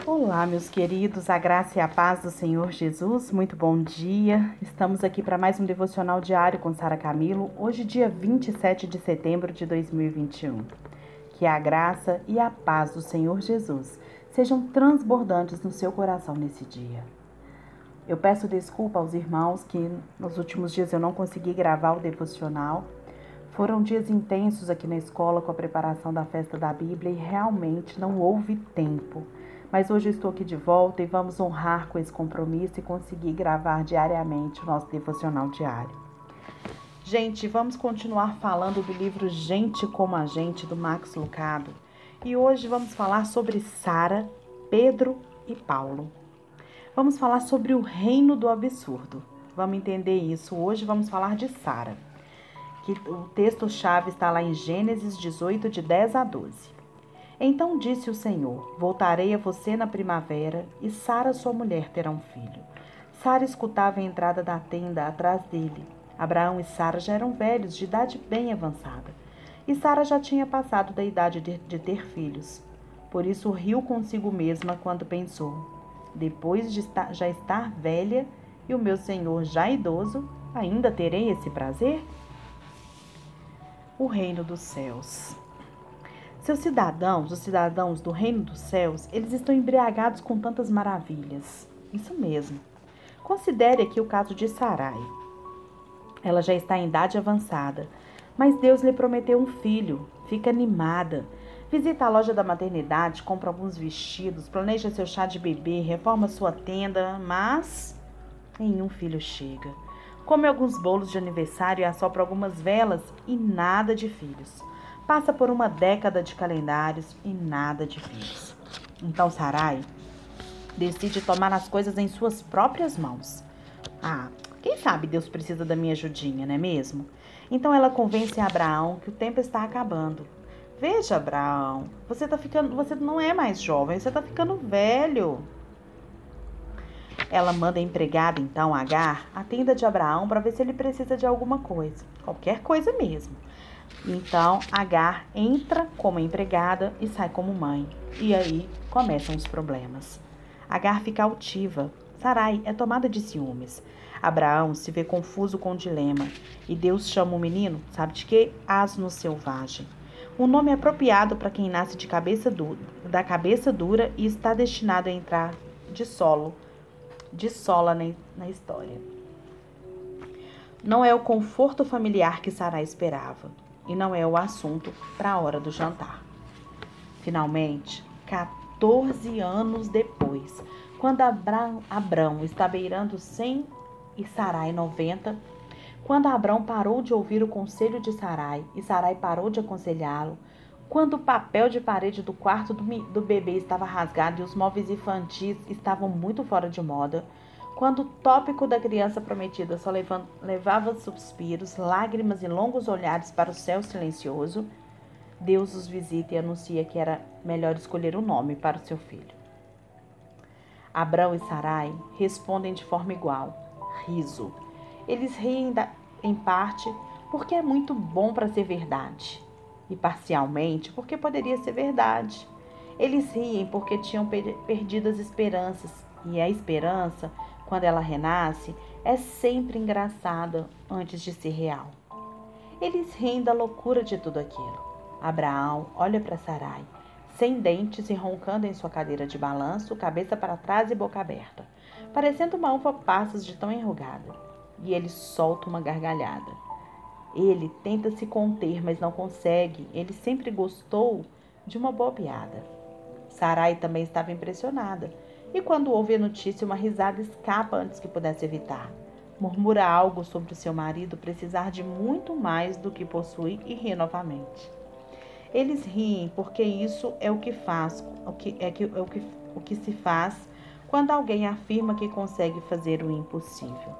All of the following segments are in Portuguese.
Olá, meus queridos, a graça e a paz do Senhor Jesus, muito bom dia. Estamos aqui para mais um devocional diário com Sara Camilo, hoje dia 27 de setembro de 2021. Que a graça e a paz do Senhor Jesus sejam transbordantes no seu coração nesse dia. Eu peço desculpa aos irmãos que nos últimos dias eu não consegui gravar o devocional. Foram dias intensos aqui na escola com a preparação da festa da Bíblia e realmente não houve tempo. Mas hoje eu estou aqui de volta e vamos honrar com esse compromisso e conseguir gravar diariamente o nosso devocional diário. Gente, vamos continuar falando do livro Gente como a Gente, do Max Lucado. E hoje vamos falar sobre Sara, Pedro e Paulo. Vamos falar sobre o reino do absurdo. Vamos entender isso. Hoje vamos falar de Sara. O texto-chave está lá em Gênesis 18, de 10 a 12. Então disse o Senhor: voltarei a você na primavera, e Sara, sua mulher, terá um filho. Sara escutava a entrada da tenda atrás dele. Abraão e Sara já eram velhos, de idade bem avançada. E Sara já tinha passado da idade de ter filhos. Por isso riu consigo mesma quando pensou: depois de já estar velha e o meu Senhor já idoso, ainda terei esse prazer? O reino dos céus. Seus cidadãos, os cidadãos do reino dos céus, eles estão embriagados com tantas maravilhas. Isso mesmo. Considere aqui o caso de Sarai. Ela já está em idade avançada, mas Deus lhe prometeu um filho. Fica animada. Visita a loja da maternidade, compra alguns vestidos, planeja seu chá de bebê, reforma sua tenda, mas nenhum filho chega. Come alguns bolos de aniversário e assopra algumas velas e nada de filhos. Passa por uma década de calendários e nada de filhos. Então Sarai decide tomar as coisas em suas próprias mãos. Quem sabe Deus precisa da minha ajudinha, não é mesmo? Então ela convence Abraão que o tempo está acabando. Veja, Abraão, você não é mais jovem, você está ficando velho. Ela manda a empregada, então, Agar, à tenda de Abraão para ver se ele precisa de alguma coisa. Qualquer coisa mesmo. Então, Agar entra como empregada e sai como mãe. E aí começam os problemas. Agar fica altiva. Sarai é tomada de ciúmes. Abraão se vê confuso com o dilema. E Deus chama o menino, sabe de quê? Asno selvagem. Um nome apropriado para quem nasce da cabeça dura e está destinado a entrar de sola na história. Não é o conforto familiar que Sarai esperava. E não é o assunto para a hora do jantar. Finalmente, 14 anos depois, quando Abrão está beirando 100 e Sarai 90, quando Abrão parou de ouvir o conselho de Sarai e Sarai parou de aconselhá-lo, quando o papel de parede do quarto do bebê estava rasgado e os móveis infantis estavam muito fora de moda, quando o tópico da criança prometida só levava suspiros, lágrimas e longos olhares para o céu silencioso, Deus os visita e anuncia que era melhor escolher um nome para o seu filho. Abrão e Sarai respondem de forma igual: riso. Eles riem em parte porque é muito bom para ser verdade, e parcialmente porque poderia ser verdade. Eles riem porque tinham perdido as esperanças, e a esperança, quando ela renasce, é sempre engraçada antes de ser real. Eles riem da loucura de tudo aquilo. Abraão olha para Sarai, sem dentes e roncando em sua cadeira de balanço, cabeça para trás e boca aberta, parecendo uma uva passas de tão enrugada. E ele solta uma gargalhada. Ele tenta se conter, mas não consegue. Ele sempre gostou de uma boa piada. Sarai também estava impressionada. E quando ouve a notícia, uma risada escapa antes que pudesse evitar. Murmura algo sobre o seu marido precisar de muito mais do que possui e ri novamente. Eles riem porque isso é o que se faz quando alguém afirma que consegue fazer o impossível.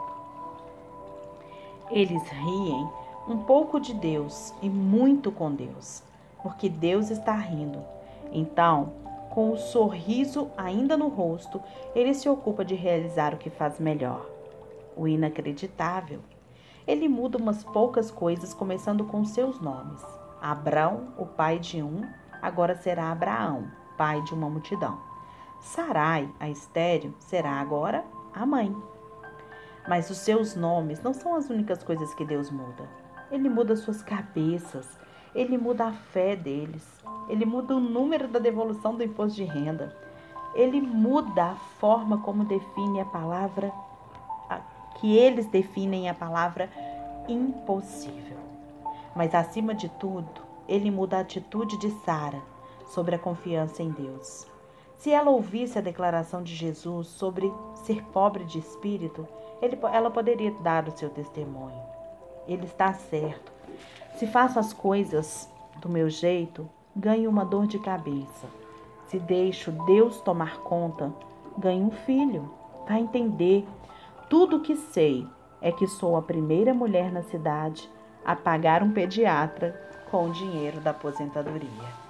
Eles riem um pouco de Deus e muito com Deus, porque Deus está rindo. Então, com o sorriso ainda no rosto, ele se ocupa de realizar o que faz melhor, o inacreditável. Ele muda umas poucas coisas, começando com seus nomes. Abrão, o pai de um, agora será Abraão, pai de uma multidão. Sarai, a estéril, será agora a mãe. Mas os seus nomes não são as únicas coisas que Deus muda. Ele muda suas cabeças, ele muda a fé deles, ele muda o número da devolução do imposto de renda, ele muda a forma como define a palavra, que eles definem a palavra impossível. Mas acima de tudo, ele muda a atitude de Sara sobre a confiança em Deus. Se ela ouvisse a declaração de Jesus sobre ser pobre de espírito, ela poderia dar o seu testemunho. Ele está certo. Se faço as coisas do meu jeito, ganho uma dor de cabeça. Se deixo Deus tomar conta, ganho um filho. Vai entender. Tudo o que sei é que sou a primeira mulher na cidade a pagar um pediatra com o dinheiro da aposentadoria.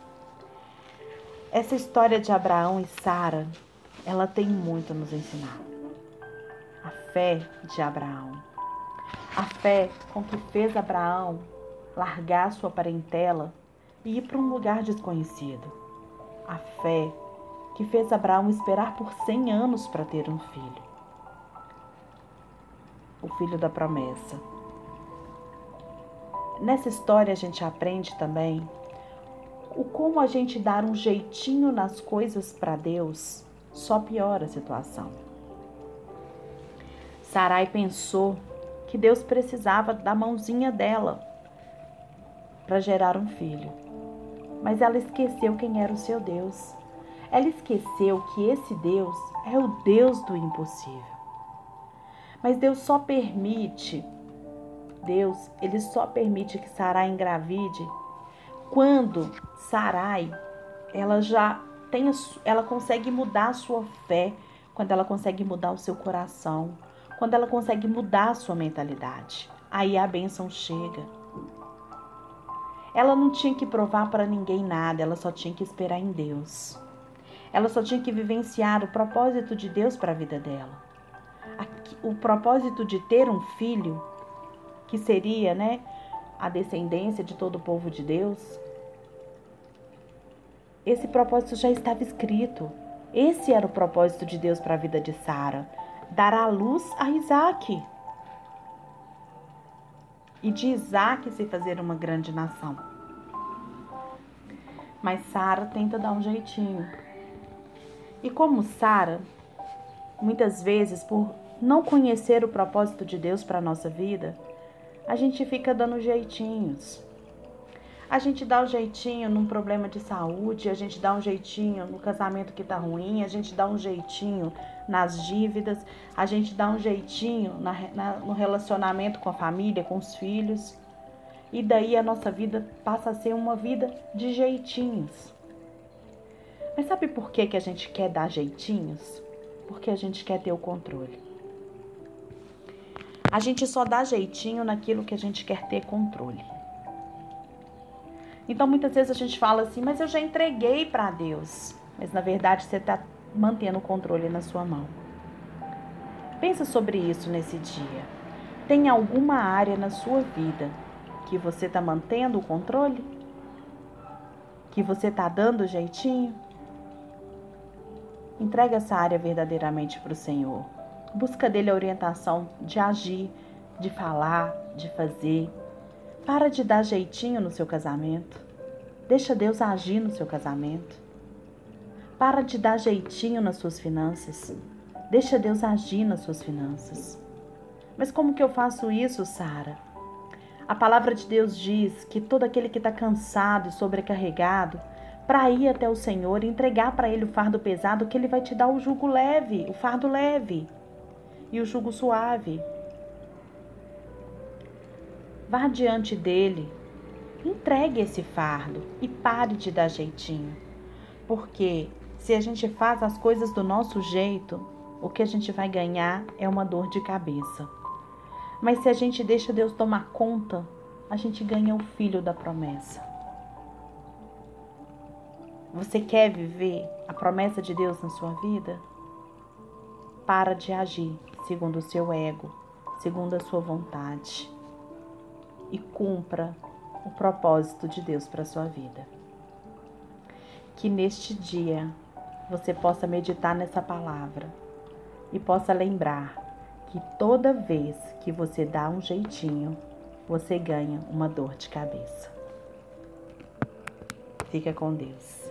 Essa história de Abraão e Sara, ela tem muito a nos ensinar. A fé de Abraão. A fé com que fez Abraão largar sua parentela e ir para um lugar desconhecido. A fé que fez Abraão esperar por 100 anos para ter um filho. O filho da promessa. Nessa história a gente aprende também o como a gente dar um jeitinho nas coisas para Deus só piora a situação. Sarai pensou que Deus precisava da mãozinha dela para gerar um filho. Mas ela esqueceu quem era o seu Deus. Ela esqueceu que esse Deus é o Deus do impossível. Mas Deus ele só permite que Sarai engravide quando Sarai, ela consegue mudar a sua fé, quando ela consegue mudar o seu coração, quando ela consegue mudar a sua mentalidade. Aí a bênção chega. Ela não tinha que provar para ninguém nada, ela só tinha que esperar em Deus. Ela só tinha que vivenciar o propósito de Deus para a vida dela. O propósito de ter um filho, que seria, a descendência de todo o povo de Deus. Esse propósito já estava escrito. Esse era o propósito de Deus para a vida de Sara. Dar à luz a Isaac. E de Isaac se fazer uma grande nação. Mas Sara tenta dar um jeitinho. E como Sara, muitas vezes, por não conhecer o propósito de Deus para a nossa vida, a gente fica dando jeitinhos. A gente dá um jeitinho num problema de saúde, a gente dá um jeitinho no casamento que tá ruim, a gente dá um jeitinho nas dívidas, a gente dá um jeitinho no relacionamento com a família, com os filhos. E daí a nossa vida passa a ser uma vida de jeitinhos. Mas sabe por que a gente quer dar jeitinhos? Porque a gente quer ter o controle. A gente só dá jeitinho naquilo que a gente quer ter controle. Então, muitas vezes a gente fala assim, mas eu já entreguei para Deus. Mas, na verdade, você está mantendo o controle na sua mão. Pensa sobre isso nesse dia. Tem alguma área na sua vida que você está mantendo o controle? Que você está dando jeitinho? Entrega essa área verdadeiramente para o Senhor. Busca dele a orientação de agir, de falar, de fazer. Para de dar jeitinho no seu casamento. Deixa Deus agir no seu casamento. Para de dar jeitinho nas suas finanças. Deixa Deus agir nas suas finanças. Mas como que eu faço isso, Sara? A palavra de Deus diz que todo aquele que está cansado e sobrecarregado, para ir até o Senhor e entregar para Ele o fardo pesado, que Ele vai te dar o jugo leve, o fardo leve e o jugo suave. Vá diante dele, entregue esse fardo e pare de dar jeitinho. Porque se a gente faz as coisas do nosso jeito, o que a gente vai ganhar é uma dor de cabeça. Mas se a gente deixa Deus tomar conta, a gente ganha o filho da promessa. Você quer viver a promessa de Deus na sua vida? Para de agir segundo o seu ego, segundo a sua vontade. E cumpra o propósito de Deus para a sua vida. Que neste dia você possa meditar nessa palavra e possa lembrar que toda vez que você dá um jeitinho, você ganha uma dor de cabeça. Fica com Deus.